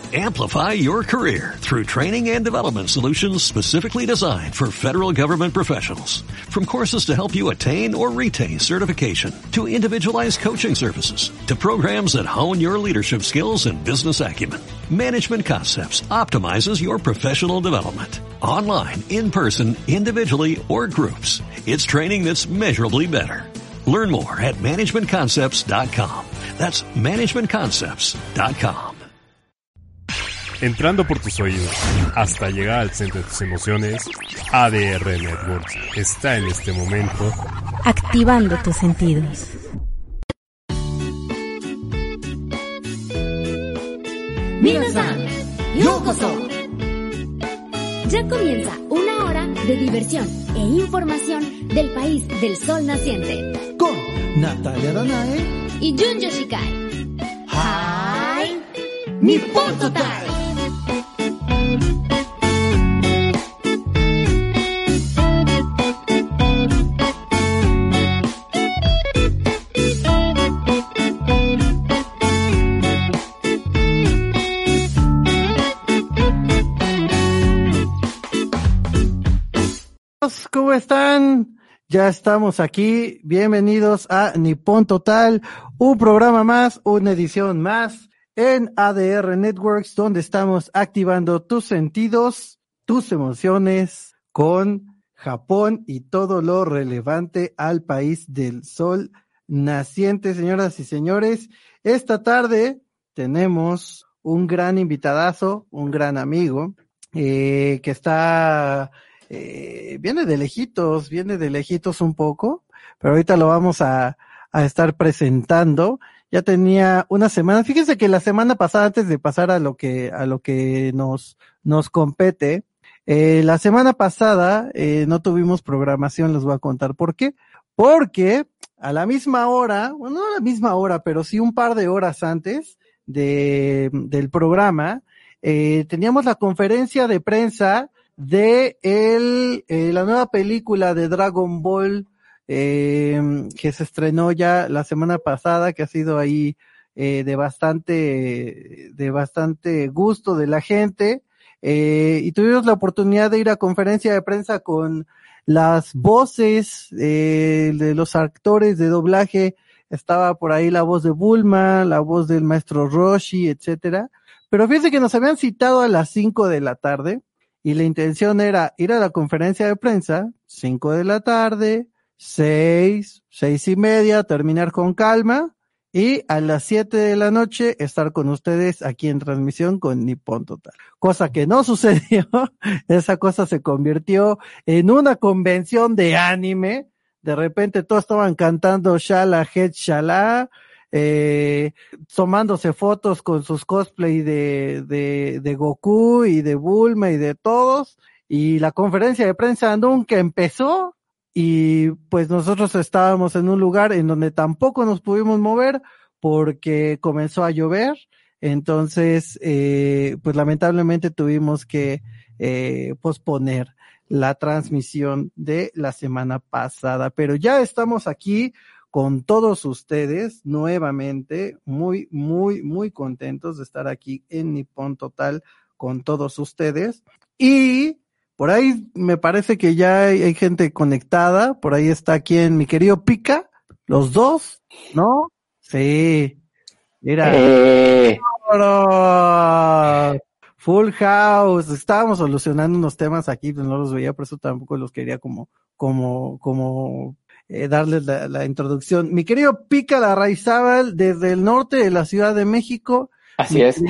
Amplify your career through training and development solutions specifically designed for federal government professionals. From courses to help you attain or retain certification, to individualized coaching services, to programs that hone your leadership skills and business acumen, Management Concepts optimizes your professional development. Online, in person, individually, or groups, it's training that's measurably better. Learn more at managementconcepts.com. That's managementconcepts.com. Entrando por tus oídos hasta llegar al centro de tus emociones, ADR Networks está en este momento activando tus sentidos. Minasan, ¡yokoso! Ya comienza una hora de diversión e información del país del sol naciente. Con Natalia Danae y Jun Yoshikai. ¡Hi! ¡Nippon Total! ¿Cómo están? Ya estamos aquí. Bienvenidos a Nippon Total, un programa más, una edición más en ADR Networks, donde estamos activando tus sentidos, tus emociones con Japón y todo lo relevante al país del sol naciente. Señoras y señores, esta tarde tenemos un gran invitadazo, un gran amigo, que está... viene de lejitos un poco, pero ahorita lo vamos a estar presentando. Ya tenía una semana, fíjense que la semana pasada, antes de pasar a lo que nos compete, la semana pasada no tuvimos programación, les voy a contar por qué. Porque a la misma hora, bueno, no a la misma hora, pero sí un par de horas antes del programa, teníamos la conferencia de prensa de la nueva película de Dragon Ball, que se estrenó ya la semana pasada, que ha sido ahí de bastante gusto de la gente, y tuvimos la oportunidad de ir a conferencia de prensa con las voces de los actores de doblaje. Estaba por ahí la voz de Bulma, la voz del maestro Roshi, etcétera. Pero fíjense que nos habían citado a las 5 de la tarde. Y la intención era ir a la conferencia de prensa, 5 de la tarde, 6:30, terminar con calma, y a las 7 de la noche estar con ustedes aquí en transmisión con Nippon Total. Cosa que no sucedió, esa cosa se convirtió en una convención de anime. De repente todos estaban cantando Shala Het Shala, tomándose fotos con sus cosplay de Goku y de Bulma y de todos, y la conferencia de prensa nunca empezó, y pues nosotros estábamos en un lugar en donde tampoco nos pudimos mover porque comenzó a llover. Entonces pues lamentablemente tuvimos que posponer la transmisión de la semana pasada, pero ya estamos aquí con todos ustedes nuevamente, muy, muy, muy contentos de estar aquí en Nippon Total con todos ustedes. Y por ahí me parece que ya hay gente conectada. Por ahí está quien, mi querido Pika, los dos, ¿no? Sí, mira. Full House. Estábamos solucionando unos temas aquí, pero no los veía, por eso tampoco los quería como darles la introducción. Mi querido Pika Larraizábal, desde el norte de la Ciudad de México. Así es.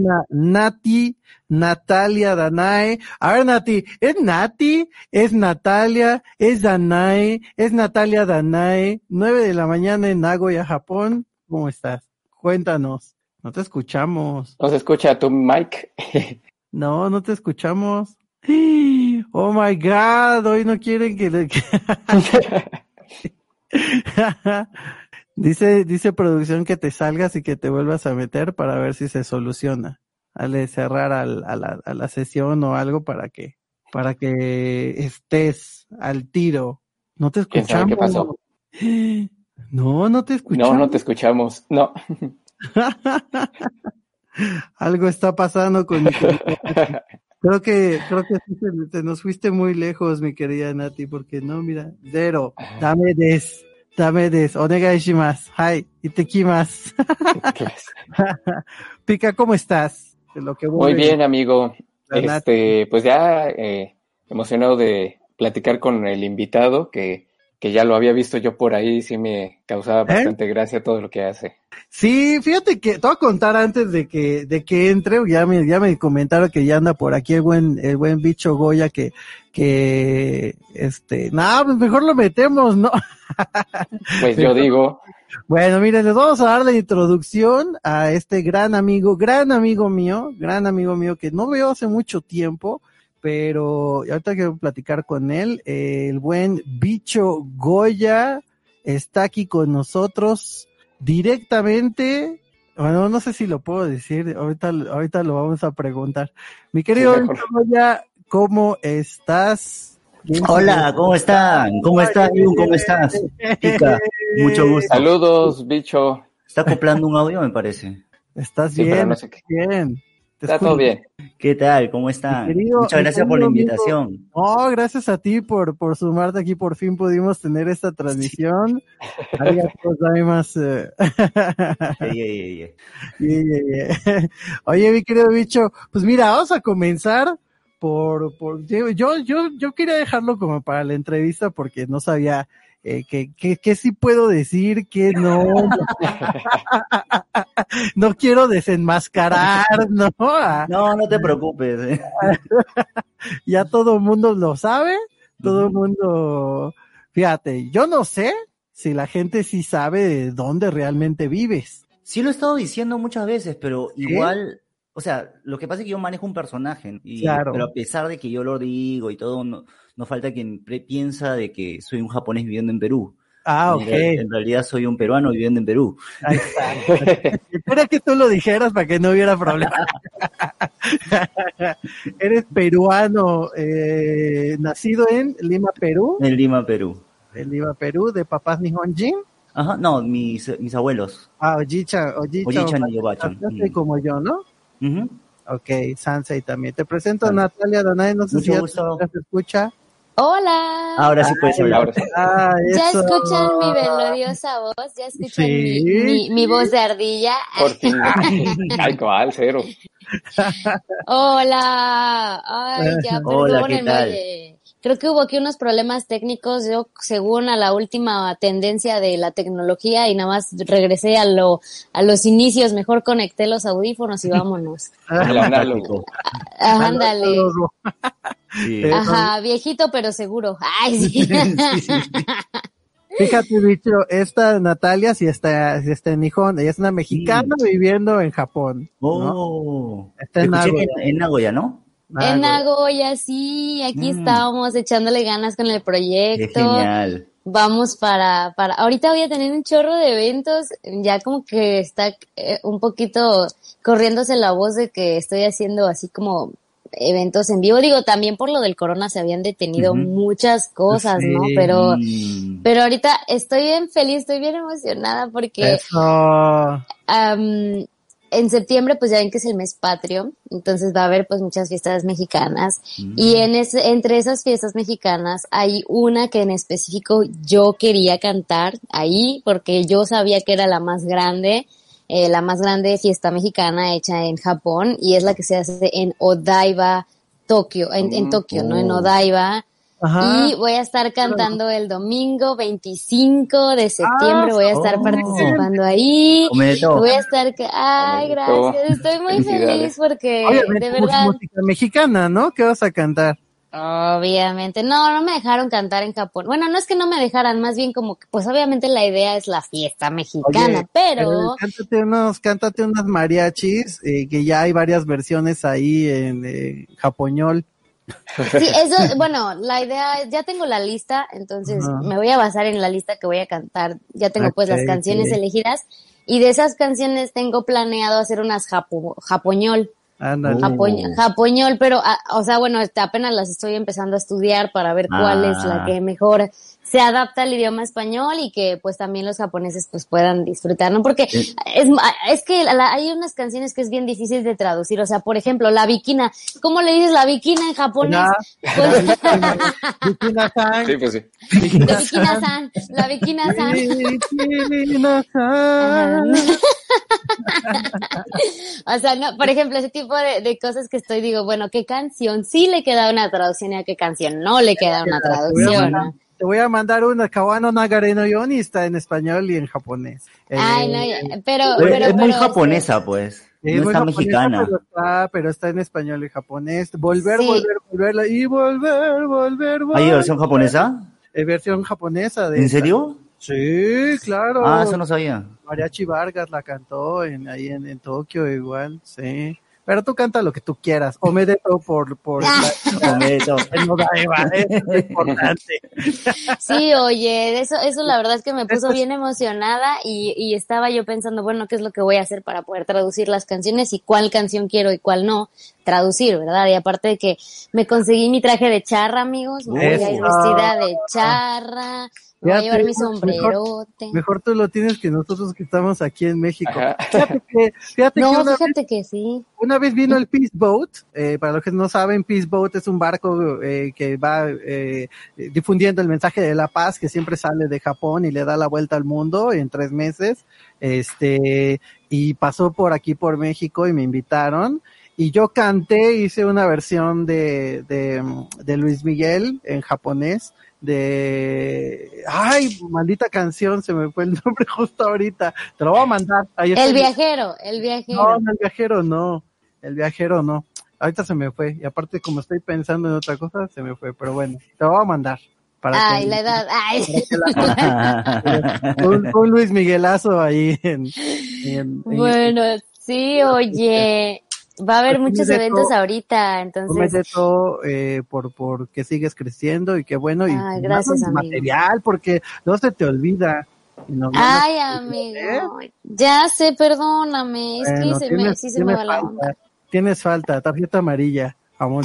Natalia Danae. A ver, Nati, ¿es Nati? ¿Es Natalia? ¿Es Danae? ¿Es Natalia Danae? 9 de la mañana en Nagoya, Japón. ¿Cómo estás? Cuéntanos. No te escuchamos. ¿No se escucha tu mic? No te escuchamos. Oh my God, hoy no quieren que Dice producción que te salgas y que te vuelvas a meter para ver si se soluciona. Dale cerrar a la sesión o algo para que estés al tiro. No te escuchamos. ¿Qué pasó? No te escuchamos. No te escuchamos. No. Algo está pasando con mi querida Nati. Creo que sí te nos fuiste muy lejos, mi querida Nati, porque no, mira, cero, dame des, onegai shimasu, hai, itekimasu. Pica, ¿cómo estás? De lo que Muy bien, amigo. La Nati. Pues ya emocionado de platicar con el invitado, que ya lo había visto yo por ahí, sí me causaba bastante gracia todo lo que hace. Sí, fíjate que te voy a contar antes de que entre, ya me comentaron que ya anda por aquí el buen bicho Goya que nada, pues mejor lo metemos, ¿no? Pues yo digo. Bueno, miren, les vamos a dar la introducción a este gran amigo mío que no veo hace mucho tiempo, pero ahorita quiero platicar con él. El buen bicho Goya está aquí con nosotros directamente. Bueno, no sé si lo puedo decir, ahorita lo vamos a preguntar. Mi querido bicho Goya, ¿cómo estás? Hola, ¿cómo están? ¿Cómo estás, Jun? ¿Cómo estás? Pica, mucho gusto. Saludos, bicho. Está acoplando un audio, me parece. Estás Sí, bien, no sé bien. Está todo bien. ¿Qué tal? ¿Cómo están? Querido, muchas gracias por la invitación. No, gracias a ti por sumarte aquí. Por fin pudimos tener esta transmisión. Más. Oye, mi querido bicho, pues mira, vamos a comenzar yo quería dejarlo como para la entrevista porque no sabía que sí puedo decir, que no. No quiero desenmascarar, ¿no? No te preocupes. Ya todo el mundo lo sabe, todo el mundo, fíjate, yo no sé si la gente sí sabe de dónde realmente vives. Sí lo he estado diciendo muchas veces, pero igual, o sea, lo que pasa es que yo manejo un personaje, Claro. Pero a pesar de que yo lo digo y todo, no falta quien piensa de que soy un japonés viviendo en Perú. Ah, ok. En realidad soy un peruano viviendo en Perú. Ahí está. Espera que tú lo dijeras para que no hubiera problema. Eres peruano, nacido en Lima, Perú. En Lima, Perú. En Lima, Perú, de papás Nihonjin. Ajá, no, mis abuelos. Ah, Oji-chan y Oba-chan. Como yo, ¿no? Uh-huh. Ok, Sansei también. Te presento a Natalia Danae, no sé Mucho si gusto. ya se escucha. Hola. Ahora sí puedes hablar. ¿Ya Eso. escuchan mi melodiosa voz? ¿Ya escuchan Sí. mi voz de ardilla? Por fin. Ay, cuál, cero. Hola. Ay, ya, Hola, ¿qué perdónenme. tal? Oye. Creo que hubo aquí unos problemas técnicos. Yo, según a la última tendencia de la tecnología, y nada más regresé a los inicios, mejor conecté los audífonos y vámonos. El análogo. Ándale. Sí. Ajá, viejito pero seguro. Ay, sí. Fíjate, bicho, esta Natalia sí está en Nihon, ella es una mexicana viviendo en Japón, ¿no? Oh, Está en Nagoya. En Nagoya, ¿no? En Nagoya, sí, aquí estamos echándole ganas con el Qué proyecto. genial. Vamos para, ahorita voy a tener un chorro de eventos, ya como que está un poquito corriéndose la voz de que estoy haciendo así como eventos en vivo. Digo, también por lo del corona se habían detenido muchas cosas, Sí. ¿no? Pero ahorita estoy bien feliz, estoy bien emocionada porque Eso. en septiembre pues ya ven que es el mes patrio, entonces va a haber pues muchas fiestas mexicanas y entre esas fiestas mexicanas hay una que en específico yo quería cantar ahí porque yo sabía que era la más grande fiesta mexicana hecha en Japón y es la que se hace en Odaiba, Tokio, en Tokio, ¿no? En Odaiba. Ajá. Y voy a estar cantando el domingo 25 de septiembre, voy a estar participando ahí. Voy a estar, ay, gracias, estoy muy feliz porque Obviamente, de verdad. música mexicana, ¿no? ¿Qué vas a cantar? Obviamente, no me dejaron cantar en Japón. Bueno, no es que no me dejaran, más bien como que, pues obviamente la idea es la fiesta mexicana, Oye, pero cántate unos mariachis, que ya hay varias versiones ahí en japoñol. sí, eso, bueno, la idea es, ya tengo la lista, entonces me voy a basar en la lista que voy a cantar. Ya tengo pues las canciones elegidas y de esas canciones tengo planeado hacer unas japoñol. Ándale. Japoñol, pero, o sea, bueno, apenas las estoy empezando a estudiar para ver cuál es la que mejor se adapta al idioma español y que pues también los japoneses pues puedan disfrutar, ¿no? Porque es que hay unas canciones que es bien difícil de traducir, o sea, por ejemplo, la Bikina, ¿cómo le dices la Bikina en japonés? Bikina-san. Sí, pues sí. Bikina-san, la Bikina-san. Bikina-san. O sea, no, por ejemplo, ese tipo de cosas que digo, bueno, ¿qué canción sí le queda una traducción y a qué canción no le queda una traducción? ¿No? Te voy a mandar una Kawano Nagare no Yoni, está en español y en japonés. Ay, no, pero es muy japonesa, pues. No está mexicana. Pero está en español y japonés. Volver y volver. ¿Hay versión japonesa? Versión japonesa. ¿En serio? Sí, claro. Ah, eso no sabía. Mariachi Vargas la cantó ahí en Tokio igual, sí. Pero tú canta lo que tú quieras. Omedeto por Omedeto. Es importante. Sí, oye, eso la verdad es que me puso bien emocionada y estaba yo pensando, bueno, ¿qué es lo que voy a hacer para poder traducir las canciones y cuál canción quiero y cuál no traducir, ¿verdad? Y aparte de que me conseguí mi traje de charra, amigos, me voy a ir vestida de charra. Voy a llevar mi sombrerote. Mejor tú lo tienes que nosotros que estamos aquí en México. Ajá. Fíjate que sí. Una vez vino el Peace Boat. Para los que no saben, Peace Boat es un barco que va difundiendo el mensaje de la paz que siempre sale de Japón y le da la vuelta al mundo en 3 meses. Y pasó por aquí por México y me invitaron. Y yo canté, hice una versión de Luis Miguel en japonés. Ay, maldita canción, se me fue el nombre justo ahorita. Te lo voy a mandar. El viajero. No, el viajero no. Ahorita se me fue. Y aparte, como estoy pensando en otra cosa, se me fue. Pero bueno, te lo voy a mandar. La edad. Ay. Un Luis Miguelazo ahí bueno, sí, oye. Va a haber muchos eventos ahorita, entonces. Por que sigues creciendo y qué bueno. Ay, gracias, amigo. Material, porque no se te olvida. Ay, amigo. Ya sé, perdóname. Es que sí se me va la onda. Tienes falta, tarjeta amarilla. Vamos.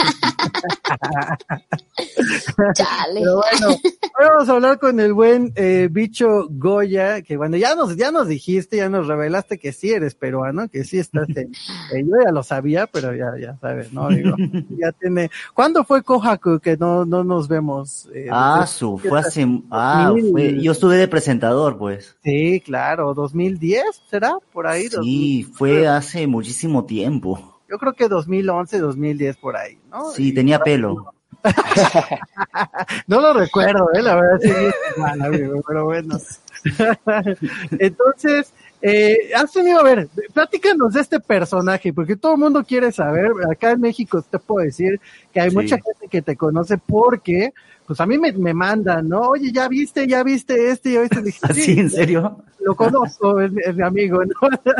Chale. Pero bueno, hoy vamos a hablar con el buen Bicho Goya, que bueno, ya nos dijiste, ya nos revelaste que sí eres peruano, que sí estás yo ya lo sabía, pero ya sabes, ¿no? Digo, ya tiene. ¿Cuándo fue Kohaku que no nos vemos? Fue hace, yo estuve de presentador, pues. Sí, claro, 2010, ¿será? Por ahí. Sí, 2010. Fue hace muchísimo tiempo. Yo creo que 2011, 2010 por ahí, ¿no? Sí, tenía pelo. No lo recuerdo, la verdad sí es mal, amigo, pero bueno. Entonces, has tenido, a ver, platícanos de este personaje, porque todo el mundo quiere saber. Acá en México te puedo decir que hay mucha gente que te conoce porque, pues a mí me mandan, ¿no? Oye, ¿ya viste este y este? Dije, ¿Sí, en serio? Lo conozco, es mi amigo, ¿no?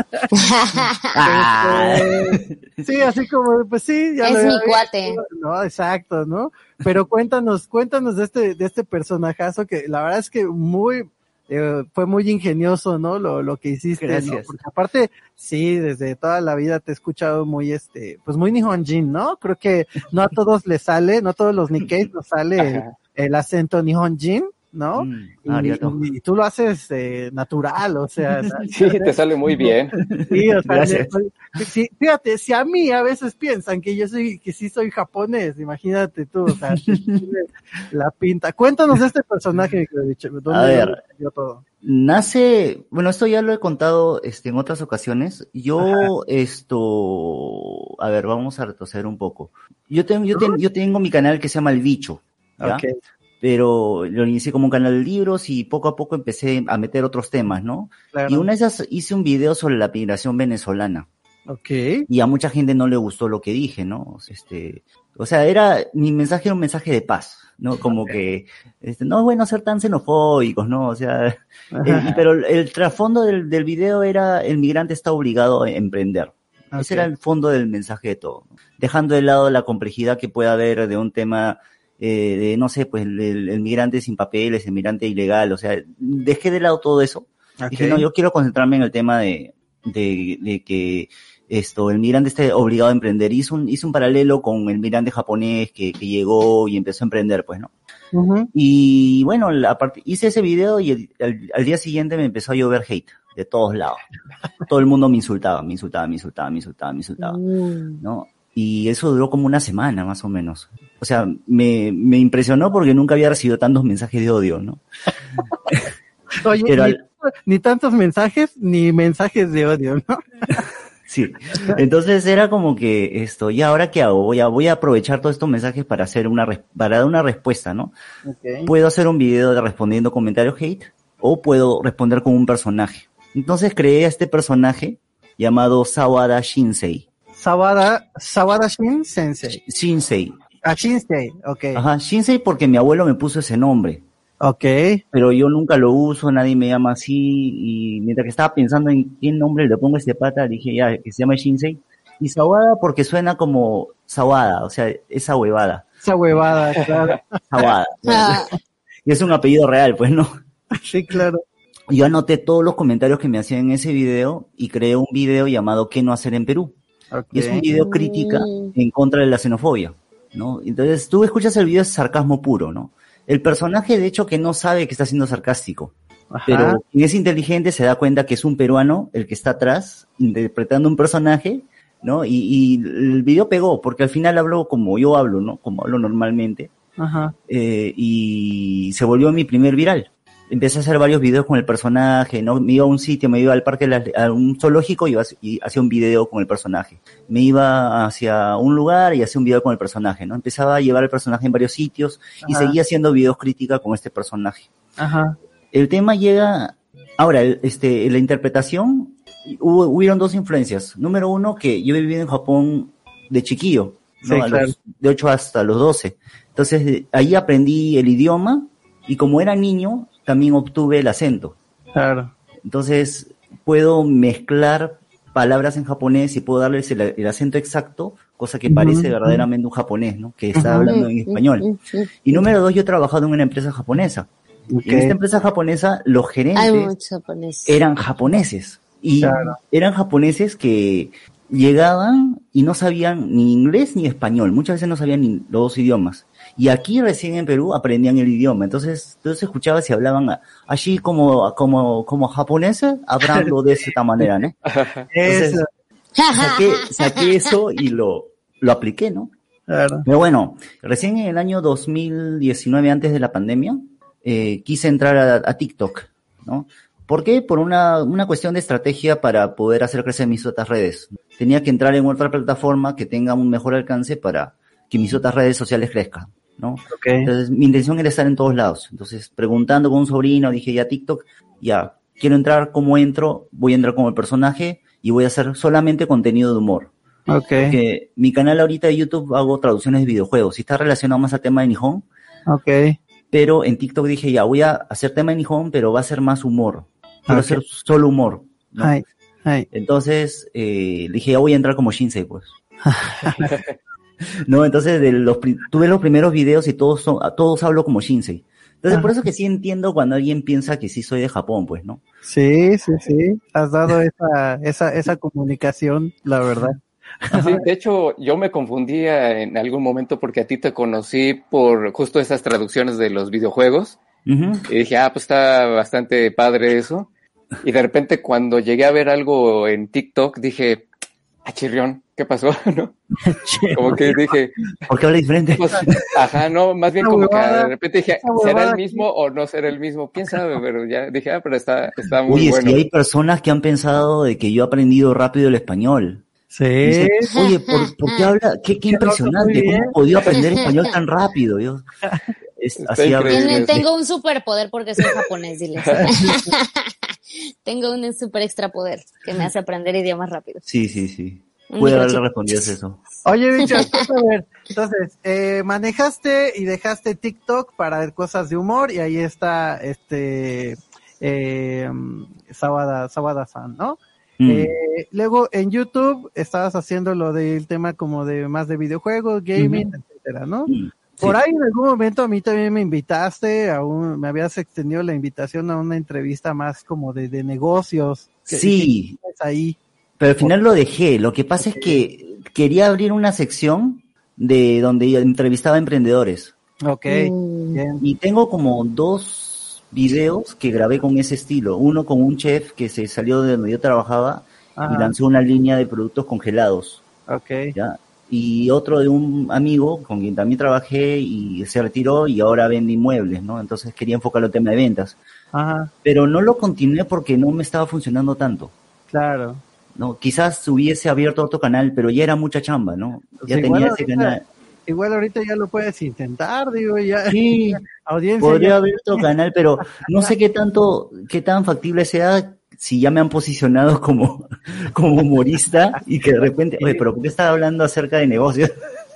Sí, así como, pues sí. Ya es mi cuate. No, exacto, ¿no? Pero cuéntanos de este personajazo que la verdad es que fue muy ingenioso, ¿no? Lo que hiciste. Gracias. ¿No? Porque aparte, sí, desde toda la vida te he escuchado muy, pues muy Nihonjin, ¿no? Creo que no a todos les sale, no a todos los Nikkeis nos sale el acento Nihonjin, ¿no? Y tú lo haces natural, o sea. Sí, te sale muy bien. Sí, o sea, gracias. Fíjate, si a mí a veces piensan que sí soy japonés, imagínate tú, o sea, la pinta. Cuéntanos de este personaje, ¿dónde dio todo? Nace, bueno, esto ya lo he contado en otras ocasiones. Yo a ver, vamos a retroceder un poco. Yo tengo mi canal que se llama El Bicho, ¿ya? Okay. Pero lo inicié como un canal de libros y poco a poco empecé a meter otros temas, ¿no? Claro. Y una de esas hice un video sobre la migración venezolana. Okay. Y a mucha gente no le gustó lo que dije, ¿no? O sea, mi mensaje era un mensaje de paz, ¿no? Como que, no es bueno ser tan xenofóbicos, ¿no? O sea, pero el trasfondo del video era el migrante está obligado a emprender. Okay. Ese era el fondo del mensaje de todo, ¿no? Dejando de lado la complejidad que pueda haber de un tema de, no sé, pues el migrante sin papeles, el migrante ilegal, o sea, dejé de lado todo eso. Okay. Dije, no, yo quiero concentrarme en el tema de que el migrante esté obligado a emprender. Hice un paralelo con el migrante japonés que llegó y empezó a emprender, pues, ¿no? Y bueno, hice ese video y al día siguiente me empezó a llover hate de todos lados. Todo el mundo me insultaba, ¿no? Y eso duró como una semana, más o menos. O sea, me impresionó porque nunca había recibido tantos mensajes de odio, ¿no? Oye, ni tantos mensajes, ni mensajes de odio, ¿no? Sí. Entonces era como que ¿y ahora qué hago? Voy a aprovechar todos estos mensajes para para dar una respuesta, ¿no? Okay. Puedo hacer un video respondiendo comentarios hate o puedo responder con un personaje. Entonces creé a este personaje llamado Sawada Shinsei. Sawada Sensei. Shinsei. Shinsei, okay. Ajá, Shinsei porque mi abuelo me puso ese nombre. Okay. Pero yo nunca lo uso, nadie me llama así, y mientras que estaba pensando en qué nombre le pongo a este pata, dije ya, que se llama Shinsei. Y Sawada porque suena como Sawada, o sea, esa huevada. Esa huevada, claro. Sawada. Y es un apellido real, pues, ¿no? Sí, claro. Yo anoté todos los comentarios que me hacían en ese video y creé un video llamado ¿Qué no hacer en Perú? Okay. Y es un video crítica en contra de la xenofobia, ¿no? Entonces tú escuchas el video, es sarcasmo puro, ¿no? El personaje, de hecho, que no sabe que está siendo sarcástico. Ajá. Pero quien es inteligente se da cuenta que es un peruano el que está atrás, interpretando un personaje, ¿no? Y el video pegó, porque al final hablo como yo hablo, ¿no? Como hablo normalmente. Ajá. Y se volvió mi primer viral. Empecé a hacer varios videos con el personaje, ¿no? Me iba a un sitio, me iba al parque, a un zoológico y hacía un video con el personaje. Me iba hacia un lugar y hacía un video con el personaje, ¿no? Empezaba a llevar el personaje en varios sitios. Ajá. Y seguía haciendo videos crítica con este personaje. Ajá. El tema llega... Ahora, la interpretación, hubieron dos influencias. Número uno, que yo he vivido en Japón de chiquillo, ¿no? Sí, claro. De 8 hasta los 12. Entonces, ahí aprendí el idioma y como era niño, también obtuve el acento. Claro. Entonces, puedo mezclar palabras en japonés y puedo darles el acento exacto, cosa que parece verdaderamente un japonés, ¿no? Que está hablando en español. Y número dos, yo he trabajado en una empresa japonesa. Okay. En esta empresa japonesa, los gerentes eran japoneses. Y eran japoneses que llegaban y no sabían ni inglés ni español. Muchas veces no sabían ni los dos idiomas. Y aquí recién en Perú aprendían el idioma. Entonces escuchabas y hablaban así como japoneses, hablando de esta manera, ¿no? Entonces, saqué eso y lo apliqué, ¿no? Claro. Pero bueno, recién en el año 2019, antes de la pandemia, quise entrar a TikTok, ¿no? ¿Por qué? Por una cuestión de estrategia para poder hacer crecer mis otras redes. Tenía que entrar en otra plataforma que tenga un mejor alcance para que mis otras redes sociales crezcan, ¿no? Okay. Entonces, mi intención era estar en todos lados. Entonces, preguntando con un sobrino, dije, ya TikTok, ya, quiero entrar, ¿cómo entro? Voy a entrar como el personaje y voy a hacer solamente contenido de humor. Okay. Porque mi canal ahorita de YouTube hago traducciones de videojuegos y está relacionado más al tema de Nihon. Okay. Pero en TikTok dije, ya, voy a hacer tema de Nihon, pero va a ser más humor. Quiero hacer solo humor, ¿no? Entonces, dije, ya voy a entrar como Shinsei, pues. No, entonces tuve los primeros videos y todos hablo como Shinsei. Entonces, por eso que sí entiendo cuando alguien piensa que sí soy de Japón, pues, ¿no? Sí. Has dado esa comunicación, la verdad. Sí, de hecho, yo me confundía en algún momento porque a ti te conocí por justo esas traducciones de los videojuegos. Uh-huh. Y dije, pues está bastante padre eso. Y de repente cuando llegué a ver algo en TikTok, dije, chirrión, ¿qué pasó? ¿No? Como que dije... ¿Por qué habla diferente? Pues, no, más bien como que de repente dije, ¿será el mismo o no será el mismo? ¿Quién sabe? Pero ya dije, pero está muy bueno. Oye, si hay personas que han pensado de que yo he aprendido rápido el español. Sí. Dicen, oye, ¿por qué habla? Qué impresionante, ¿cómo podido aprender español tan rápido? Yo... Tengo un superpoder porque soy japonés, diles. Tengo un super extra poder que me hace aprender idiomas rápido. Sí. Puede haberle respondido eso. Oye, bicho, a ver. Entonces, manejaste y dejaste TikTok para ver cosas de humor y ahí está Sawada-san, ¿no? Luego en YouTube estabas haciendo lo del tema como de más de videojuegos, gaming, etcétera, ¿no? Por ahí en algún momento a mí también me invitaste, me habías extendido la invitación a una entrevista más como de negocios. Sí, ahí. Pero al final lo dejé. Lo que pasa es que quería abrir una sección de donde entrevistaba emprendedores. Ok, bien. Y tengo como 2 videos que grabé con ese estilo. Uno con un chef que se salió de donde yo trabajaba y lanzó una línea de productos congelados. Ok. ¿Ya? Y otro de un amigo con quien también trabajé y se retiró y ahora vende inmuebles, ¿no? Entonces quería enfocarlo en el tema de ventas. Ajá, Pero no lo continué porque no me estaba funcionando tanto, claro. ¿no? Quizás hubiese abierto otro canal, pero ya era mucha chamba, ¿no? Ya Pues tenía ese canal. Igual ahorita ya lo puedes intentar, digo, ya. Sí, Audiencia podría ya. haber otro canal, pero no sé qué tan factible sea si ya me han posicionado como humorista y que de repente, oye, pero ¿por qué estás hablando acerca de negocios?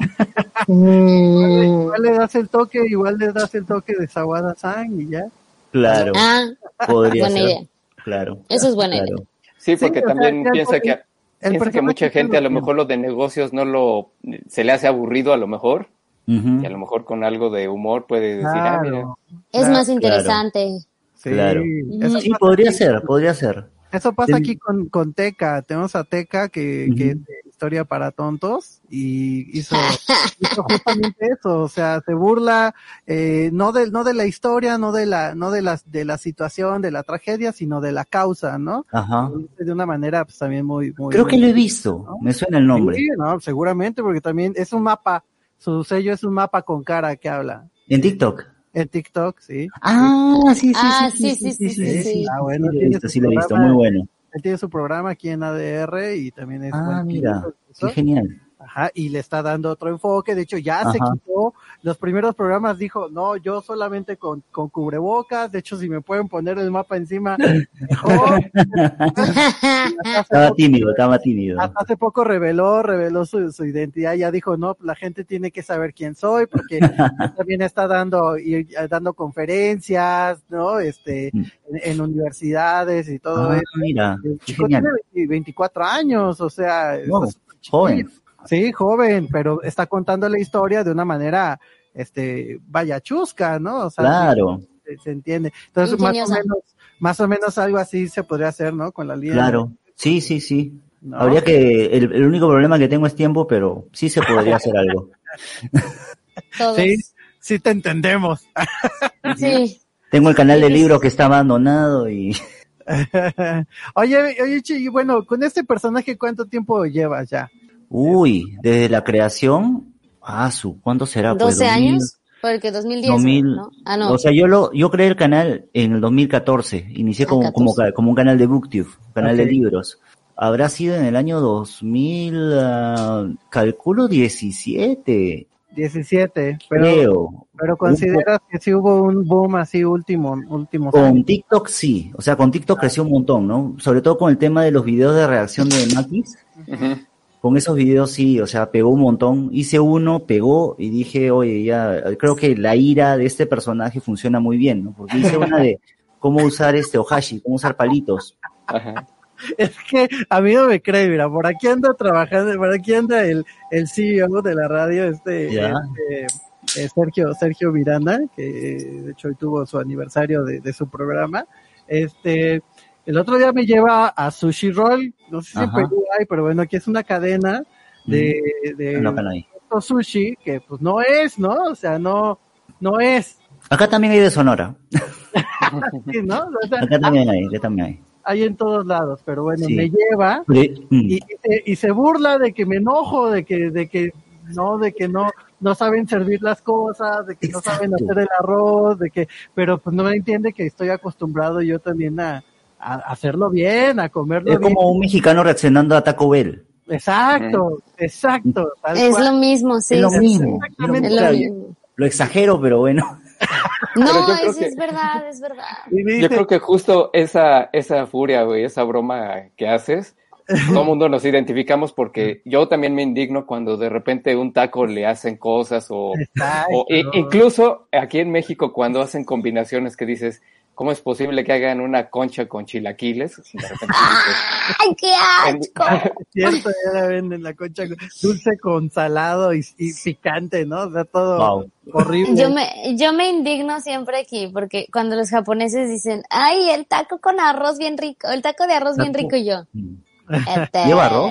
Igual le das el toque de Sawada-san y ya. Claro, podría buena ser. idea. Claro. Eso es buena claro. idea. Sí, porque Sí, o sea, también ya piensa que personaje mucha gente a lo mejor lo de negocios se le hace aburrido a lo mejor, Ujú. y a lo mejor con algo de humor puede decir, mira. Claro, Es más interesante. sí. Claro. Eso Sí, pasa podría aquí. ser. Eso pasa El- aquí con Teca. Tenemos a Teca que es de Historia para Tontos y hizo justamente eso. O sea, se burla no de la historia, no de la situación, de la tragedia, sino de la causa, ¿no? Ajá. De una manera pues también muy Creo que muy, lo he visto. ¿no? Me suena el nombre. Sí, no, seguramente porque también es un mapa. Su sello es un mapa con cara que habla. En TikTok. En TikTok, sí. Ah, sí. Bueno, Sí lo he visto, muy bueno. él tiene su programa aquí en ADR y también es buen Mira, crítico, qué genial. Ajá, y le está dando otro enfoque. De hecho, ya se Ajá. quitó los primeros programas. Dijo, no, yo solamente con cubrebocas. De hecho, si me pueden poner el mapa encima, mejor. Estaba tímido. Hasta hace poco reveló su identidad. Ya dijo, no, la gente tiene que saber quién soy, porque también está dando conferencias, ¿no? En universidades y todo eso. Mira, El qué chico genial. tiene 24 años, o sea, Wow, está súper joven. chiquillo. Sí, joven, pero está contando la historia de una manera, vaya chusca, ¿no? O sea, Claro, se entiende. Entonces, Ingeniosa. más o menos algo así se podría hacer, ¿no? Con la línea. claro. Sí. ¿No? Habría que, el único problema que tengo es tiempo, pero sí se podría hacer algo. Todos. Sí te entendemos. Sí. Tengo el canal de Sí, libros que está abandonado y Oye, Chi, y bueno, con este personaje, ¿cuánto tiempo llevas ya? desde la creación, ¿cuánto será? 12 Pues, años, porque 2010, 2000, ¿no? Ah, no. o sea, yo creé el canal en el 2014, inicié como 2014. un canal de BookTube, un canal de Ok. libros. Habrá sido en el año 2000, calculo 17, 17, creo. pero consideras que sí hubo un boom así últimos Con años. TikTok sí, o sea, con TikTok creció un montón, ¿no? Sobre todo con el tema de los videos de reacción de Maquis. Ujú. Con esos videos sí, o sea, pegó un montón. Hice uno, pegó y dije, oye, ya, creo que la ira de este personaje funciona muy bien, ¿no? Porque hice una de cómo usar ohashi, cómo usar palitos. Ajá. Es que a mí no me cree, mira, por aquí anda trabajando, por aquí anda el CEO de la radio, Ya. Sergio Miranda, que de hecho hoy tuvo su aniversario de su programa. El otro día me lleva a Sushi Roll, no sé si en Ajá. Perú hay, pero bueno, aquí es una cadena de No, acá no hay. sushi que pues no es, ¿no? O sea, no es, Acá también hay de Sonora. sí, ¿no? O sea, Acá también hay. hay en todos lados, pero bueno, Sí. me lleva Mm. y se burla de que me enojo, de que no saben servir las cosas, de que no saben Exacto. hacer el arroz, pero pues no me entiende que estoy acostumbrado yo también a hacerlo bien, a comerlo Es bien. como un mexicano reaccionando a Taco Bell. Exacto, tal Es cual. lo mismo, sí. Es lo sí, mismo. sí. Exactamente. Es lo Claro, mismo. Lo exagero, pero bueno. Pero No, yo creo eso que- es verdad, es verdad. Y me Yo dice, creo que justo esa furia, güey, esa broma que haces, todo el mundo nos identificamos porque yo también me indigno cuando de repente un taco le hacen cosas exacto. incluso aquí en México cuando hacen combinaciones que dices, ¿cómo es posible que hagan una concha con chilaquiles? De repente dices, ¡Ay, qué asco! Es cierto, ya la venden la concha dulce con salado y picante, ¿no? O sea, todo Wow. horrible. Yo me indigno siempre aquí porque cuando los japoneses dicen, ay, el taco con arroz bien rico, el taco de arroz bien rico y yo. ¿Lleva arroz?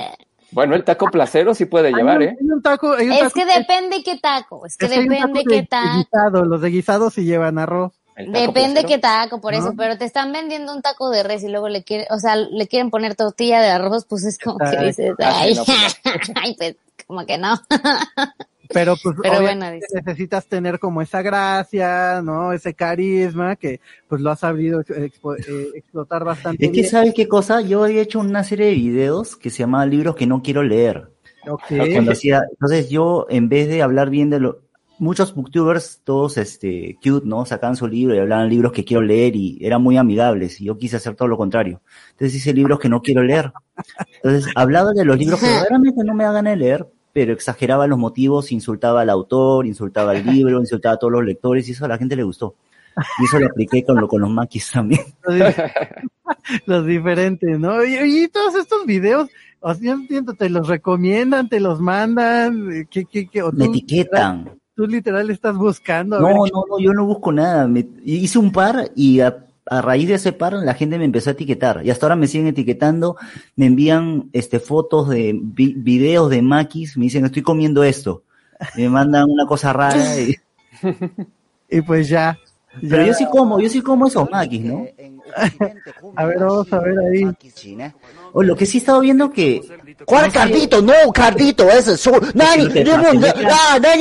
Bueno, el taco placero sí puede llevar, ¿eh? Hay un taco, Es que depende qué taco, depende qué taco. Guisado, los de guisado sí llevan arroz. Depende qué taco, por eso, pero te están vendiendo un taco de res y luego le quieren poner tortilla de arroz, pues es como que dices, ay, no, ay, pues como que no. Pero pues bueno, necesitas tener como esa gracia, ¿no? Ese carisma que pues lo has sabido explotar bastante bien. Es que, ¿sabes qué cosa? Yo había hecho una serie de videos que se llamaba Libros que no quiero leer. Okay. Entonces yo, en vez de hablar bien de muchos booktubers, todos cute, ¿no? Sacaban su libro y hablaban libros que quiero leer y eran muy amigables, y yo quise hacer todo lo contrario. Entonces hice libros que no quiero leer. Entonces hablaba de los libros que verdaderamente no me hagan leer, pero exageraba los motivos, insultaba al autor, insultaba al libro, insultaba a todos los lectores, y eso a la gente le gustó. Y eso lo apliqué con los maquis también. Los diferentes, ¿no? Y todos estos videos, o sea, yo entiendo, te los recomiendan, te los mandan, me etiquetan. Tú literal estás buscando. No, yo no busco nada. Hice un par y a raíz de ese par la gente me empezó a etiquetar. Y hasta ahora me siguen etiquetando, me envían fotos de videos de maquis, me dicen estoy comiendo esto. Y me mandan una cosa rara y pues ya. Pero yo sí como esos maquis, ¿no? A ver, vamos a ver ahí. Lo que sí he estado viendo que... ¿Cuál cardito? No, cardito, ese es su... ¡Nani! ¡Nani!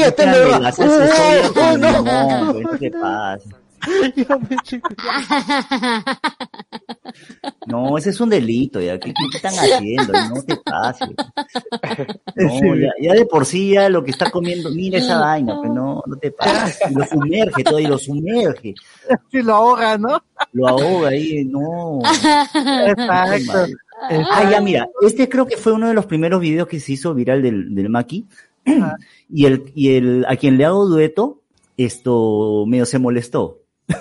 No te pasa. No, ese es un delito, ya. ¿Qué están haciendo? No te pases. No, ya de por sí ya lo que está comiendo, mira esa vaina, pues no te pases. Y lo sumerge. Sí, lo ahoga, ¿no? Lo ahoga ahí, no. Exacto. Ya mira, creo que fue uno de los primeros videos que se hizo viral del Maki. Y el a quien le hago dueto, medio se molestó.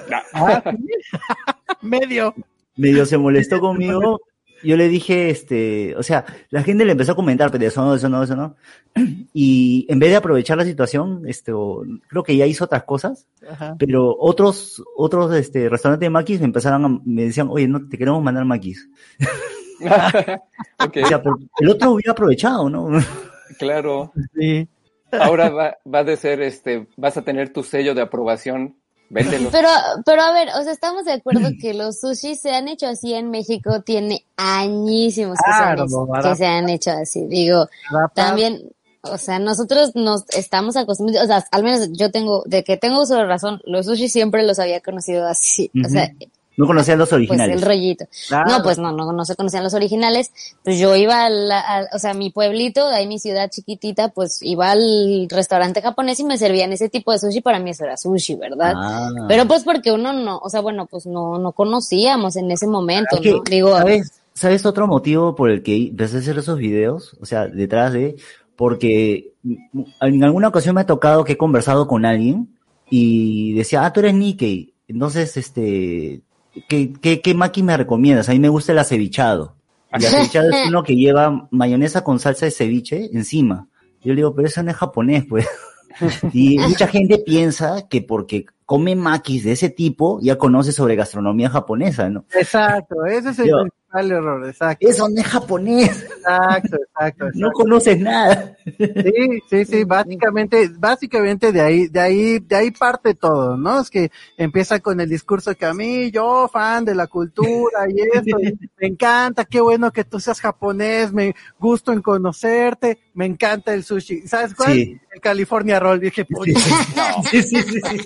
Medio se molestó conmigo. Yo le dije, o sea, la gente le empezó a comentar, pero eso no. Y en vez de aprovechar la situación, creo que ya hizo otras cosas. Ajá. Pero otros restaurantes de maquis me decían, oye, no te queremos mandar maquis. Okay. O sea, el otro hubiera aprovechado, ¿no? Claro. Sí. Ahora va de ser, vas a tener tu sello de aprobación. Véndelo. Pero a ver, o sea, estamos de acuerdo que los sushis se han hecho así en México, tiene añísimos que se han hecho así. Digo, también, o sea, nosotros nos estamos acostumbrados, o sea, al menos yo de que tengo uso de razón, los sushis siempre los había conocido así. O sea, no conocían los originales. Pues el rollito. Claro. No, pues no se conocían los originales. Pues yo iba o sea, mi pueblito, de ahí mi ciudad chiquitita, pues iba al restaurante japonés y me servían ese tipo de sushi. Para mí eso era sushi, ¿verdad? Pero pues porque uno no, o sea, bueno, pues no conocíamos en ese momento, ¿no? Digo, ¿sabes otro motivo por el que empecé a hacer esos videos? O sea, porque en alguna ocasión me ha tocado que he conversado con alguien y decía, tú eres Nikkei. Entonces, ¿qué maki me recomiendas? A mí me gusta el acevichado. El acevichado es uno que lleva mayonesa con salsa de ceviche encima. Yo le digo, pero eso no es japonés, pues. Y mucha gente piensa que porque come makis de ese tipo, ya conoce sobre gastronomía japonesa, ¿no? Exacto, ese es el principal error, exacto. Eso no es japonés. Exacto. No conoces nada. Sí, básicamente de ahí parte todo, ¿no? Es que empieza con el discurso que a mí, yo fan de la cultura y esto, y me encanta, qué bueno que tú seas japonés, me gusto en conocerte, me encanta el sushi. ¿Sabes cuál? Sí. El California Roll, dije, pues, sí.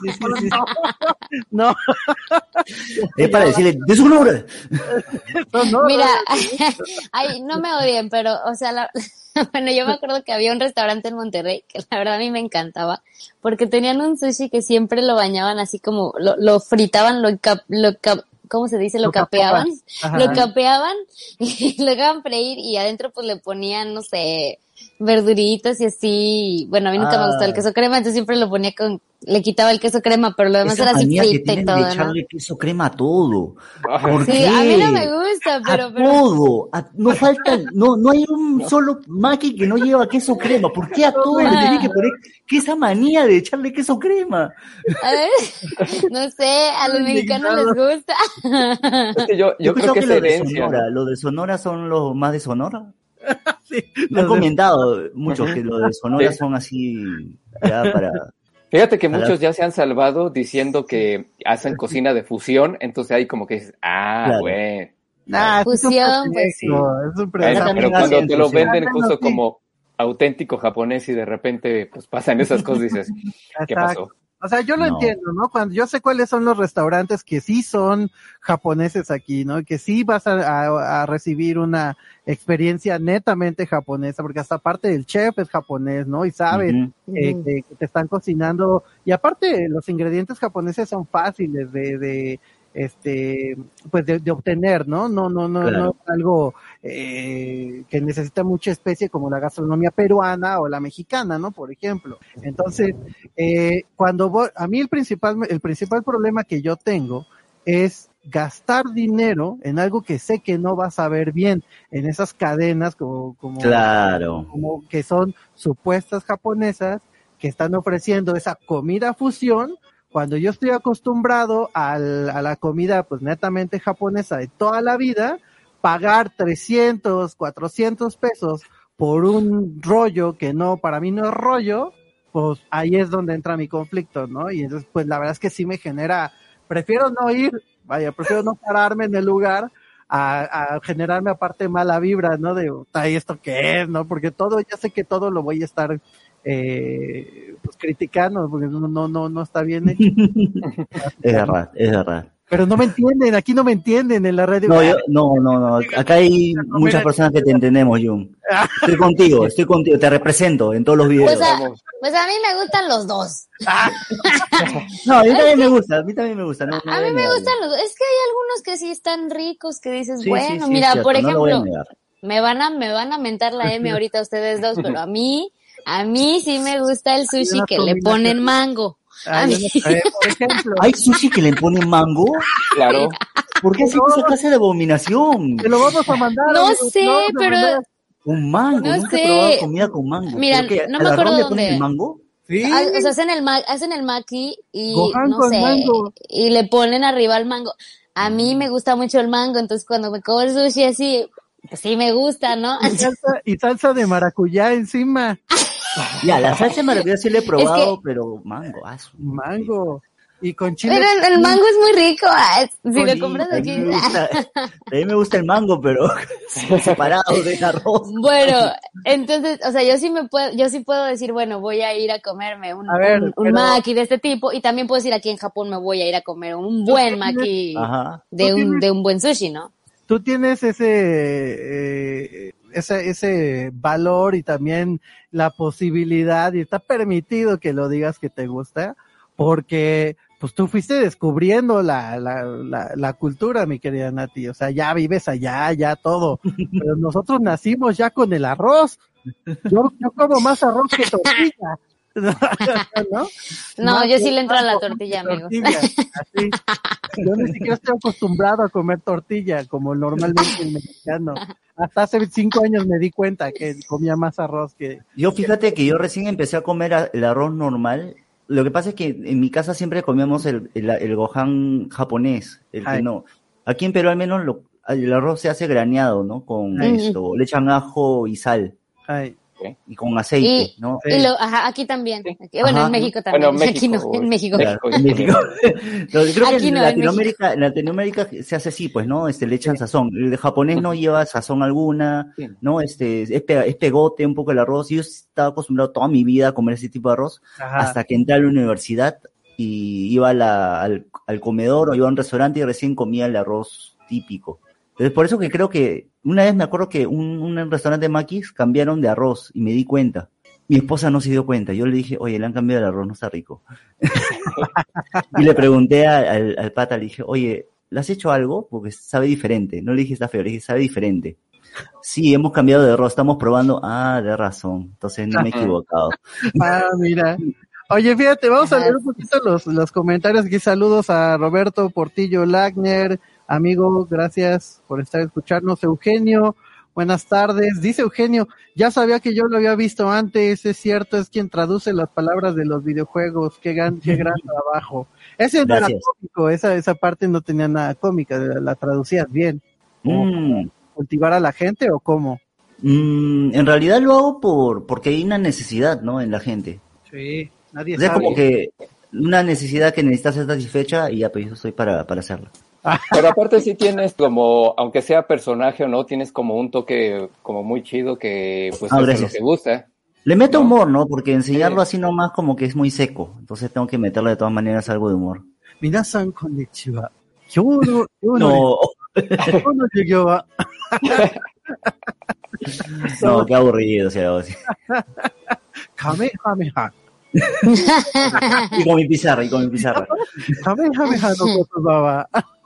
No. Es para decirle, ¡de su nombre! Mira, ay, no me odien, pero, o sea, bueno, yo me acuerdo que había un restaurante en Monterrey que la verdad a mí me encantaba, porque tenían un sushi que siempre lo bañaban así como, lo fritaban, ¿cómo se dice? Lo capeaban. Lo capeaban y lo dejaban freír y adentro pues le ponían, no sé, verduritas y así. Bueno, a mí nunca me gustó el queso crema, entonces siempre lo ponía le quitaba el queso crema, pero lo demás era así frito y todo, de echarle queso crema a todo. ¿Por sí, qué? a mí no me gusta, pero todo. No falta, no hay un solo maki que no lleva queso crema. ¿Por qué a todo le tiene que poner esa manía de echarle queso crema? A ver, no sé, a los mexicanos les gusta. Es que yo creo que es herencia. ¿Los de Sonora son los más de Sonora? Sí, Me han comentado muchos que los de Sonora son así, ya para... Fíjate que muchos ya se han salvado diciendo que hacen cocina de fusión, entonces ahí como que dices, Claro. bueno. Nah, Fusión, pues sí. es un Bueno, también pero cuando hacen te lo fusión. venden justo Sí. como auténtico japonés y de repente pues pasan esas cosas y dices, ¿qué Exacto. pasó? O sea, yo lo No. entiendo, ¿no? Cuando yo sé cuáles son los restaurantes que sí son japoneses aquí, ¿no? Que sí vas a recibir una experiencia netamente japonesa, porque hasta aparte del chef es japonés, ¿no? Y sabes Ujú. que te están cocinando, y aparte los ingredientes japoneses son fáciles pues de obtener, ¿no? No Claro. es algo que necesita mucha especie como la gastronomía peruana o la mexicana, ¿no? Por ejemplo. Entonces, a mí el principal problema que yo tengo es gastar dinero en algo que sé que no vas a ver bien, en esas cadenas Claro. como que son supuestas japonesas que están ofreciendo esa comida fusión, cuando yo estoy acostumbrado a la comida pues netamente japonesa de toda la vida, pagar 300, 400 pesos por un rollo que no, para mí no es rollo, pues ahí es donde entra mi conflicto, ¿no? Y entonces pues la verdad es que sí me genera, prefiero no pararme en el lugar a generarme aparte mala vibra, ¿no? De, ¿y esto qué es? ¿No? Porque ya sé que todo lo voy a estar pues criticando, porque no está bien hecho. Es verdad, es verdad. Pero no me entienden, aquí no me entienden en la radio. No. Acá hay muchas personas que te entendemos, Jun. Estoy contigo, te represento en todos los videos. Pues a mí me gustan los dos. No, a mí también me gusta. A mí me gustan los dos. Es que hay algunos que sí están ricos, que dices, Sí, bueno, sí, mira, cierto, por no lo voy a ejemplo, negar. me van a mentar la M ahorita ustedes dos, pero a mí sí me gusta el sushi que le ponen mango. A mí. Por ejemplo, ¿Hay sushi que le ponen mango? Claro. ¿Por qué hacen esa clase de abominación? te lo vamos a mandar. No amigo, sé, te lo vamos a pero mandar. Un mango, No nunca he sé. probado comida con mango. Mira, ¿Pero qué, no al me arroz acuerdo le ponen dónde. el mango? Sí, O sea, hacen el maki y Gohan no con sé, mango. y le ponen arriba el mango. A mí me gusta mucho el mango, entonces cuando me como el sushi así, pues sí me gusta, ¿no? y salsa de maracuyá encima. Ya, la salsa de maracuyá sí la he probado, que- pero mango, Mango. Y con chile. Pero el mango es muy rico, si Con- lo compras A aquí. mí me gusta el mango, pero separado del arroz. Bueno, entonces, o sea, yo sí puedo decir, bueno, voy a ir a comerme un A ver, un pero- maki de este tipo, y también puedo decir aquí en Japón me voy a ir a comer un buen maki Ajá. de un buen sushi, ¿no? Tú tienes ese valor y también la posibilidad, y está permitido que lo digas que te gusta, porque pues tú fuiste descubriendo la cultura, mi querida Nati, o sea, ya vives allá, ya todo, pero nosotros nacimos ya con el arroz. Yo como más arroz que tortilla. ¿No? No, yo sí le entro a la tortilla, amigos. Así. Yo ni siquiera estoy acostumbrado a comer tortilla, como normalmente el mexicano. Hasta hace 5 años me di cuenta que comía más arroz que... Yo fíjate que yo recién empecé a comer el arroz normal. Lo que pasa es que en mi casa siempre comíamos el Gohan japonés, el que Ay. no. Aquí en Perú al menos el arroz se hace graneado, ¿no? Con Ay. esto, le echan ajo y sal Ay, y con aceite, Y- ¿no? Ajá, aquí también. Bueno, Ajá. en México también. Bueno, Aquí no, México, en México. México. En México. No, creo que Aquí en no, en Latinoamérica se hace así, pues, ¿no? Le echan sazón. El japonés no lleva sazón alguna, Sí. ¿no? Es pegote un poco el arroz. Yo estaba acostumbrado toda mi vida a comer ese tipo de arroz, ajá. hasta que entré a la universidad y iba al comedor o iba a un restaurante y recién comía el arroz típico. Entonces, por eso que creo que una vez me acuerdo que un restaurante de maquis cambiaron de arroz y me di cuenta. Mi esposa no se dio cuenta. Yo le dije, oye, le han cambiado el arroz, no está rico. Y le pregunté al pata, le dije, oye, ¿le has hecho algo? Porque sabe diferente. No le dije está feo, le dije sabe diferente. Sí, hemos cambiado de arroz, estamos probando. Ah, de razón. Entonces no me he equivocado. Ah, mira. Oye, fíjate, vamos a leer un poquito los comentarios aquí. Saludos a Roberto Portillo Lagner, amigo, gracias por estar escuchando. Eugenio, buenas tardes. Dice Eugenio, ya sabía que yo lo había visto antes, es cierto, es quien traduce las palabras de los videojuegos. Qué gran trabajo. Ese no era Gracias. cómico, esa parte no tenía nada cómica, la traducías bien. ¿Cultivar a la gente o cómo? En realidad lo hago porque hay una necesidad, ¿no? En la gente. Sí, nadie O sea, sabe. como que una necesidad que necesita ser satisfecha y ya, pues yo estoy para hacerla. Pero aparte sí tienes como, aunque sea personaje o no, tienes como un toque como muy chido que pues es lo Gracias. que gusta. Le meto ¿No? humor, ¿no? Porque enseñarlo Sí. así nomás como que es muy seco. Entonces tengo que meterle de todas maneras algo de humor. Minasan konnichiwa. Yo No, yo no, qué aburrido, o sea, así. Kamehameha. Y con mi pizarra. Kamehameha no kotoba wa.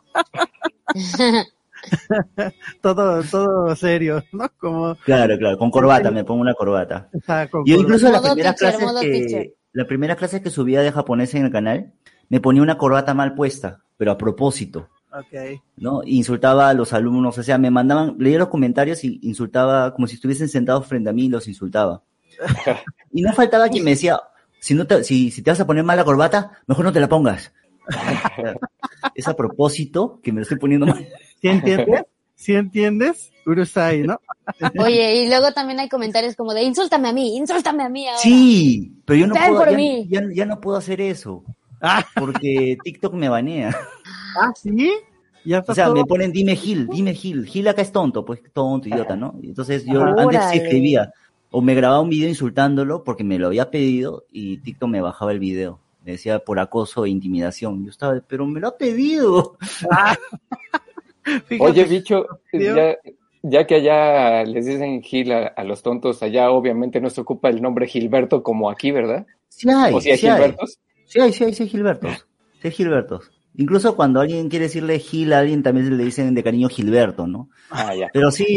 Todo serio, ¿no? Como Claro, con corbata, me pongo una corbata. con Yo incluso Modo teacher. las primeras clases que subía de japonés en el canal, me ponía una corbata mal puesta, pero a propósito, Okay. ¿no? Insultaba a los alumnos, o sea, me mandaban, leía los comentarios y insultaba como si estuviesen sentados frente a mí y los insultaba. Y no faltaba quien me decía, si te vas a poner mal la corbata, mejor no te la pongas. Es a propósito que me lo estoy poniendo mal. ¿Sí entiendes? ¿Sí entiendes? Urusai, ¿no? Oye, y luego también hay comentarios como de insúltame a mí ahora. Sí, pero yo no Ven puedo, por mí. ya no puedo hacer eso. Porque TikTok me banea. ¿Sí? Ya O sea, pasó. me ponen dime Gil. Gil acá es tonto, pues tonto, idiota, ¿no? Y entonces yo Órale. antes sí escribía, o me grababa un video insultándolo porque me lo había pedido y TikTok me bajaba el video. Me decía por acoso e intimidación. Yo estaba, pero me lo ha pedido. Fíjate, Oye, bicho, tío. ya que allá les dicen Gil a los tontos, allá obviamente no se ocupa el nombre Gilberto como aquí, ¿verdad? Sí hay, ¿O si hay sí hay. Gilbertos? Sí hay Gilbertos. Sí hay Gilbertos. Incluso cuando alguien quiere decirle Gil a alguien también le dicen de cariño Gilberto, ¿no? Ah, ya. Pero sí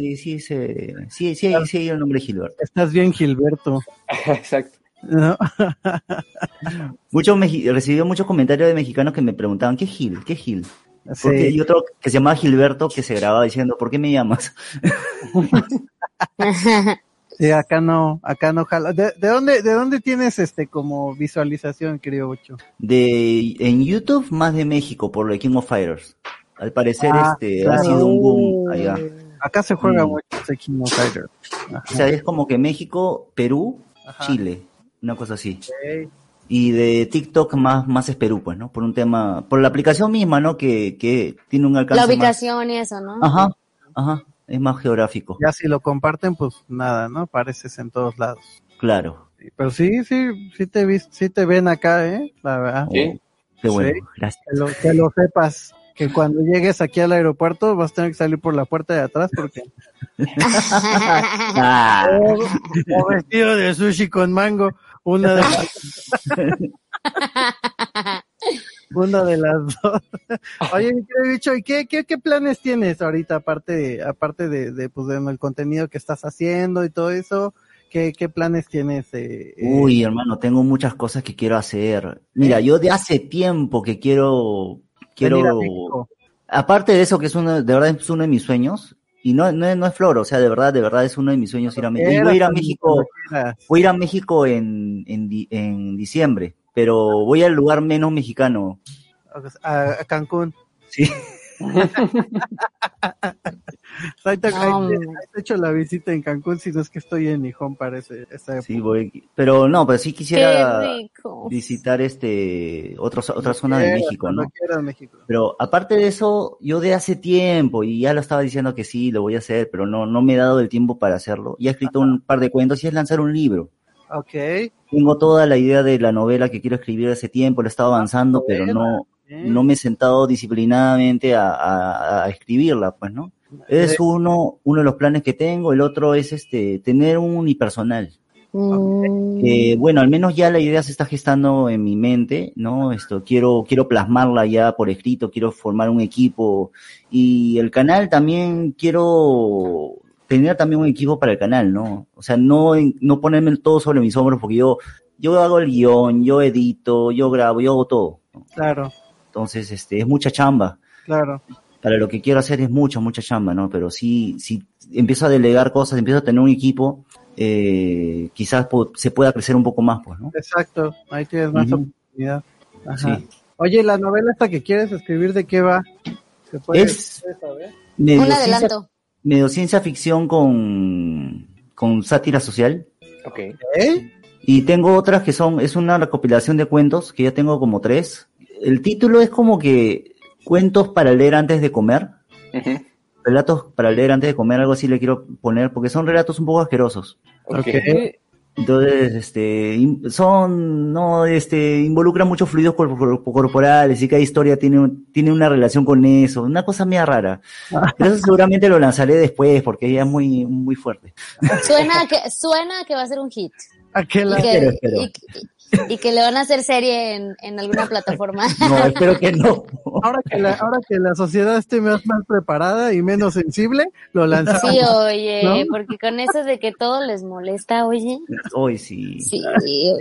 hay el nombre Gilberto. Estás bien, Gilberto. Exacto. ¿No? Recibí muchos comentarios de mexicanos que me preguntaban, ¿qué Gil? ¿Qué Gil? Sí. Y otro que se llamaba Gilberto que se grababa diciendo, ¿por qué me llamas? Sí, acá no jala. ¿De dónde tienes como visualización, querido Ocho? En YouTube más de México por lo de King of Fighters. Al parecer claro. ha sido un boom allá. Acá se juega mucho ese King of Fighters. O sea, es como que México, Perú, Chile, una cosa así. Y de TikTok más es Perú, pues, ¿no? Por la aplicación misma, ¿no? Que tiene un alcance La ubicación y eso, ¿no? Ajá, es más geográfico. Ya si lo comparten, pues nada, ¿no? Pareces en todos lados. Claro. Pero sí te ven acá, la verdad. Sí. Qué bueno, Sí. gracias. Que lo sepas, que cuando llegues aquí al aeropuerto vas a tener que salir por la puerta de atrás porque o vestido de sushi con mango, una de las dos. Oye, mi querido bicho, ¿y qué planes tienes ahorita aparte de pues de el contenido que estás haciendo y todo eso? ¿Qué planes tienes? Uy, hermano, tengo muchas cosas que quiero hacer. Mira, yo de hace tiempo que quiero, venir a México. aparte de eso que de verdad es uno de mis sueños, y no es flor, o sea, de verdad es uno de mis sueños ir a México. Y voy a ir a México en diciembre, pero voy al lugar menos mexicano. A Cancún. Sí. Ahorita he hecho la visita en Cancún, si no es que estoy en Nijón para esa época. Sí, pero sí quisiera Qué rico. visitar otra zona de México, ¿no? México. Pero aparte de eso, yo de hace tiempo, y ya lo estaba diciendo que sí, lo voy a hacer, pero no me he dado el tiempo para hacerlo. Ya he escrito un par de cuentos y es lanzar un libro. Okay. Tengo toda la idea de la novela que quiero escribir hace tiempo, lo he estado avanzando, pero no me he sentado disciplinadamente a escribirla, pues, ¿no? Es uno de los planes que tengo. El otro es tener un unipersonal. Bueno, al menos ya la idea se está gestando en mi mente, ¿no? Quiero plasmarla ya por escrito, quiero formar un equipo. Y el canal también quiero tener también un equipo para el canal, ¿no? O sea, no ponerme todo sobre mis hombros, porque yo hago el guión, yo edito, yo grabo, yo hago todo, ¿no? Claro. Entonces, es mucha chamba. Claro. Para lo que quiero hacer es mucha chamba, ¿no? Pero si empiezo a delegar cosas, empiezo a tener un equipo, quizás se pueda crecer un poco más, pues, ¿no? Exacto, ahí tienes más oportunidad. Ajá. Sí. Oye, la novela esta que quieres escribir, ¿de qué va? ¿Se puede saber? Un adelanto. medio ciencia ficción con sátira social. Ok. Y tengo otras que es una recopilación de cuentos, que ya tengo como 3. El título es como que cuentos para leer antes de comer. Ujú. Relatos para leer antes de comer, algo así le quiero poner, porque son relatos un poco asquerosos. Ok. Entonces, involucran muchos fluidos corporales y cada historia tiene una relación con eso, una cosa media rara. Pero eso seguramente lo lanzaré después porque ya es muy, muy fuerte. Suena a que va a ser un hit. Espero. Y que le van a hacer serie en alguna plataforma. No, espero que no. Ahora que la sociedad esté más preparada y menos sensible, lo lanzamos. Sí, oye, ¿no? porque con eso de que todo les molesta, oye. Hoy sí. Sí, oye.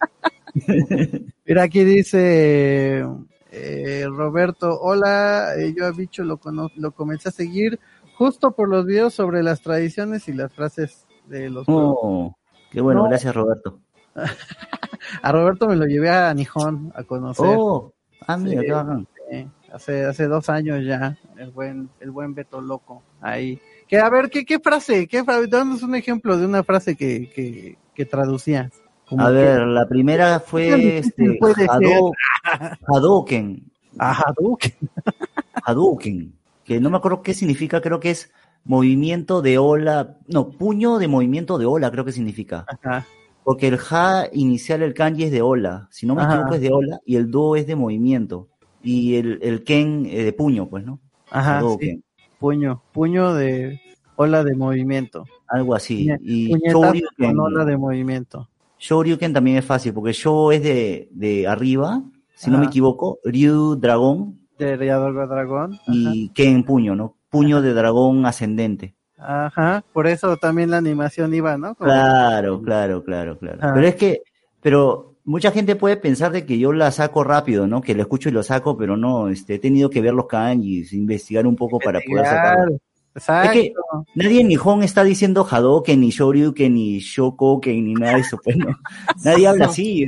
Mira, aquí dice Roberto, hola, yo a Bicho lo comencé a seguir justo por los videos sobre las tradiciones y las frases de los Oh, qué bueno, No. gracias Roberto. A Roberto me lo llevé a Nihon a conocer. Oh, mira, qué bacán. Hace 2 años ya, el buen Beto Loco, ahí. Que a ver, ¿qué frase? Danos un ejemplo de una frase que traducías. A ver, la primera fue puede ser? Hadouken. Hadouken. Hadouken, que no me acuerdo qué significa, creo que es movimiento de ola, no, puño de movimiento de ola, creo que significa. Ajá. Porque el ha inicial, el kanji es de ola, si no me equivoco es de ola, y el do es de movimiento, y el ken de puño, pues, ¿no? Ajá, Hadouken. sí. Puño de ola de movimiento. Algo así. Y Puñetazo Shoryuken, con ola de movimiento. Shoryuken también es fácil, porque Sho es de arriba, si no me Ajá. equivoco, Ryu dragón, De dragón. Ajá. y Ken puño, ¿no? Puño de dragón ascendente. Ajá, por eso también la animación iba, ¿no? Como- Claro. Ah. Pero mucha gente puede pensar de que yo la saco rápido, ¿no? Que lo escucho y lo saco, pero no, he tenido que ver los kanjis, investigar un poco para poder sacarlo. Exacto. Es que nadie en Nihon está diciendo Hadouken, ni Shoryuken, ni Shokoken, ni nada de eso, pues no. Nadie habla así.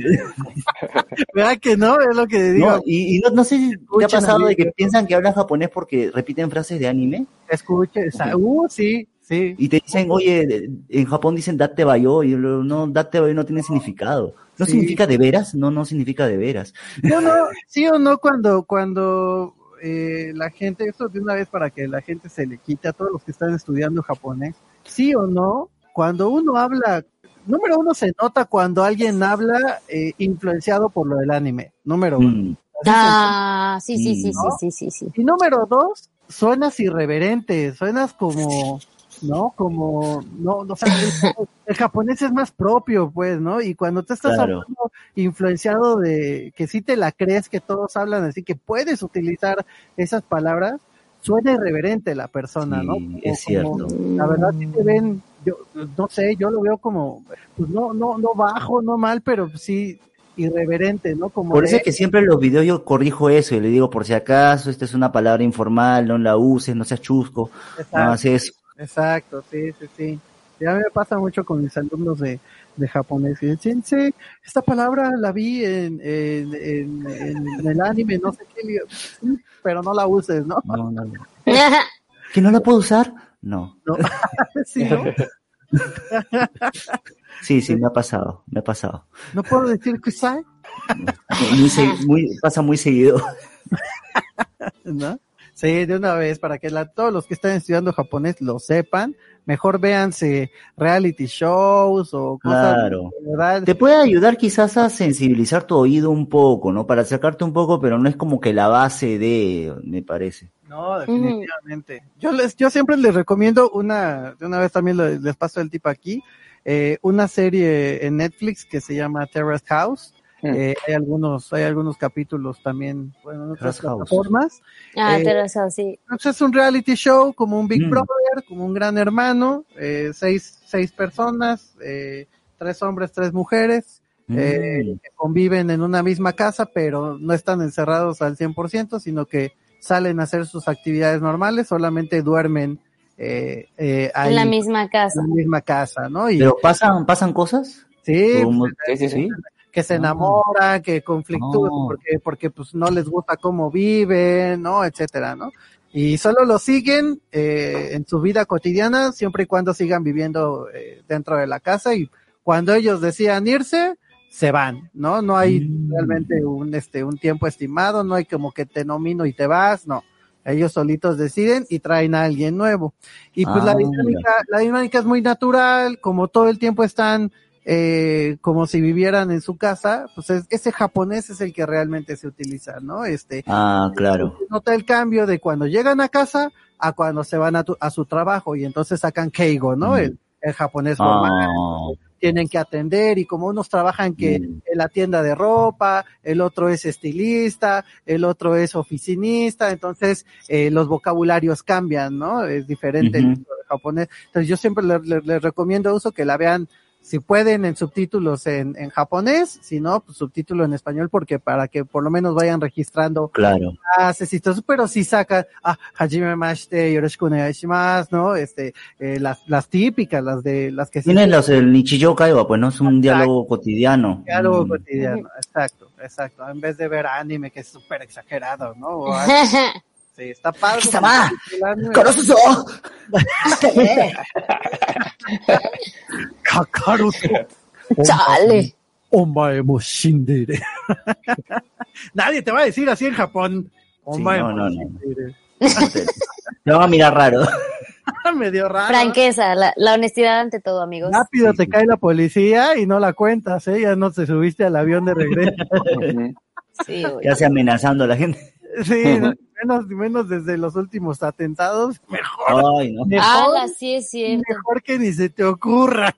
¿Verdad que no? Es lo que digo. ¿No? Y no sé si te ha Escuchen, pasado de que amigos. piensan que hablan japonés porque repiten frases de anime Escuche, sí. y te dicen, oye, en Japón dicen date bayo, y yo, no, date bayo no tiene significado. ¿No Sí. significa de veras? No significa de veras. ¿Sí o no cuando la gente, esto de una vez para que la gente se le quite a todos los que están estudiando japonés, sí o no, cuando uno habla, número uno se nota cuando alguien habla influenciado por lo del anime, número uno. Sí. Y número 2, suenas irreverente, suenas como, ¿no? O sea, el japonés es más propio, pues, ¿no? Y cuando te estás Claro. hablando influenciado de que sí te la crees, que todos hablan así, que puedes utilizar esas palabras, suena irreverente la persona, Sí, ¿no? es cierto. La verdad sí te ven, yo no sé, yo lo veo como, pues no bajo, no mal, pero sí irreverente, ¿no? Como Por eso de- es que siempre en los videos yo corrijo eso y le digo, por si acaso, esta es una palabra informal, no la uses, no seas chusco, no haces eso. Exacto, sí. Y a mí me pasa mucho con mis alumnos de japonés. Que dicen, sí, esta palabra la vi en el anime, no sé qué, le digo, sí, pero no la uses, ¿no? No. ¿Que no la puedo usar? No. No. Sí, ¿no? Sí, me ha pasado. No puedo decir que sabe, Pasa muy seguido. ¿no? Sí, de una vez, para que todos los que están estudiando japonés lo sepan, mejor véanse reality shows o cosas. Claro. De verdad. Te puede ayudar quizás a sensibilizar tu oído un poco, ¿no? Para acercarte un poco, pero no es como que la base me parece. No, definitivamente. Yo siempre les recomiendo de una vez también les paso el tip aquí, una serie en Netflix que se llama Terrace House. Hay algunos capítulos también, bueno, en otras plataformas. Pero eso sí. Entonces es un reality show como un Big Brother, como un Gran Hermano, 6 personas, 3 hombres, 3 mujeres, que conviven en una misma casa, pero no están encerrados al 100%, sino que salen a hacer sus actividades normales, solamente duermen ahí, En la misma casa. ¿no? Y, ¿Pero pasan cosas? Sí, ¿Sí? que se enamoran, que conflictúan porque pues no les gusta cómo viven, ¿no? Etcétera, ¿no? Y solo los siguen en su vida cotidiana, siempre y cuando sigan viviendo dentro de la casa, y cuando ellos decidan irse, se van, ¿no? No hay realmente un tiempo estimado, no hay como que te nomino y te vas, no. Ellos solitos deciden y traen a alguien nuevo. Y pues la dinámica es muy natural, como todo el tiempo están como si vivieran en su casa, pues ese japonés es el que realmente se utiliza, ¿no? Claro. Nota el cambio de cuando llegan a casa a cuando se van a su trabajo, y entonces sacan keigo, ¿no? El japonés formal. Tienen que atender, y como unos trabajan en la tienda de ropa, el otro es estilista, el otro es oficinista, entonces los vocabularios cambian, ¿no? Es diferente el japonés. Entonces yo siempre les recomiendo que la vean, si pueden, en subtítulos en japonés, si no, pues subtítulo en español, porque para que por lo menos vayan registrando clases y todo eso, pero si sacan, hajime mashite, yoroshiku onegai shimasu, ¿no? Las típicas, las que tienen el Nichijou Kaiwa, pues no es un diálogo cotidiano. Diálogo cotidiano, exacto. En vez de ver anime, que es súper exagerado, ¿no? Sí, está padre. ¡Sama! ¡Conoces! Kakaroto. ¡Chale! Omae mo shindere. Nadie te va a decir así en Japón. Omae no. shindere. Te van a mirar raro. Medio raro. Franqueza, la honestidad ante todo, amigos. Rápido te cae la policía y no la cuentas, ya no te subiste al avión de regreso. Sí, ya se amenazando a la gente. Sí, menos desde los últimos atentados, mejor. Ay, no. Sí es cierto. Mejor que ni se te ocurra.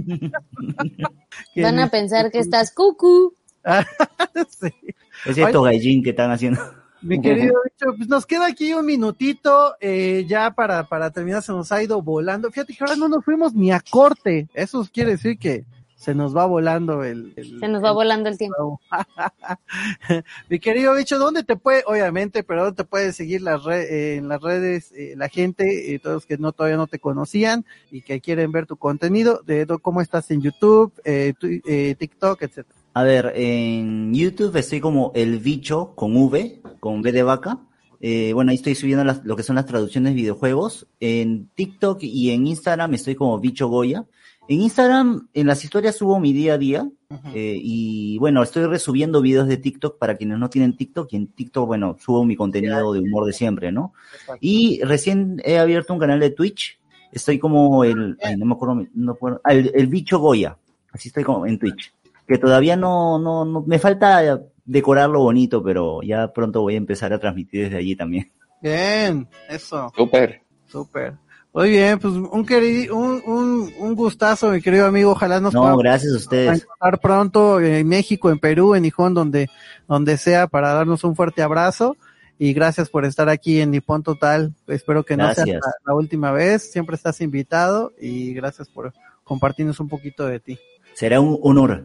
Van a pensar que estás cucú. Sí. Es estos gaijin que están haciendo. Mi querido Bicho, pues nos queda aquí un minutito, ya para terminar, se nos ha ido volando. Fíjate que ahora no nos fuimos ni a corte, eso quiere decir que se nos va volando volando el tiempo. Mi querido Bicho, ¿dónde te puedes seguir en las redes, la gente, todos los que todavía no te conocían y que quieren ver tu contenido, cómo estás en YouTube, TikTok, etcétera? A ver, en YouTube estoy como El Bicho con V de vaca. Bueno, ahí estoy subiendo lo que son las traducciones de videojuegos. En TikTok y en Instagram estoy como Bicho Goya. En Instagram, en las historias subo mi día a día, y bueno, estoy resubiendo videos de TikTok para quienes no tienen TikTok, y en TikTok, bueno, subo mi contenido de humor de siempre, ¿no? Exacto. Y recién he abierto un canal de Twitch, estoy como el Bicho Goya, así estoy como en Twitch, que todavía no, me falta decorarlo bonito, pero ya pronto voy a empezar a transmitir desde allí también. Bien, eso. Súper. Muy bien, pues un gustazo, mi querido amigo. Ojalá nos podamos gracias a ustedes. Encontrar pronto en México, en Perú, en Nihon, donde sea, para darnos un fuerte abrazo. Y gracias por estar aquí en Nippon Total. Espero que no sea la última vez. Siempre estás invitado, y gracias por compartirnos un poquito de ti. Será un honor.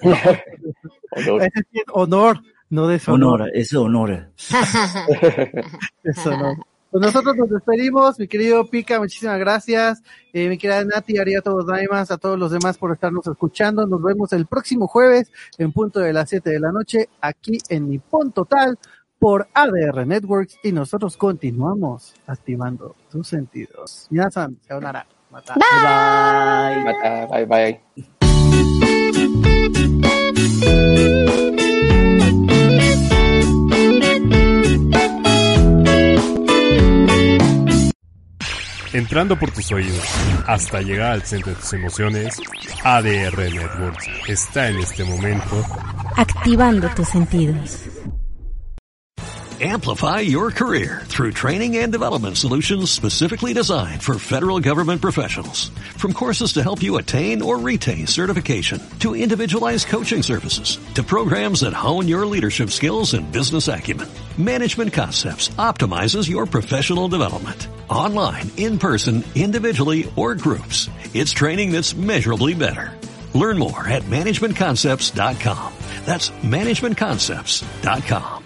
Es honor, no deshonor. Honor, es honor. Es honor. Pues nosotros nos despedimos, mi querido Pika, muchísimas gracias, mi querida Nati, arigatou gozaimasu, a todos los demás por estarnos escuchando. Nos vemos el próximo jueves en punto de las 7 de la noche aquí en Nippon Total por ADR Networks, y nosotros continuamos activando tus sentidos. Minasan, sayonara. Mata. Bye. Mata, bye bye. Entrando por tus oídos hasta llegar al centro de tus emociones, ADR Networks está en este momento activando tus sentidos. Amplify your career through training and development solutions specifically designed for federal government professionals. From courses to help you attain or retain certification, to individualized coaching services, to programs that hone your leadership skills and business acumen, Management Concepts optimizes your professional development. Online, in person, individually, or groups, it's training that's measurably better. Learn more at managementconcepts.com. That's managementconcepts.com.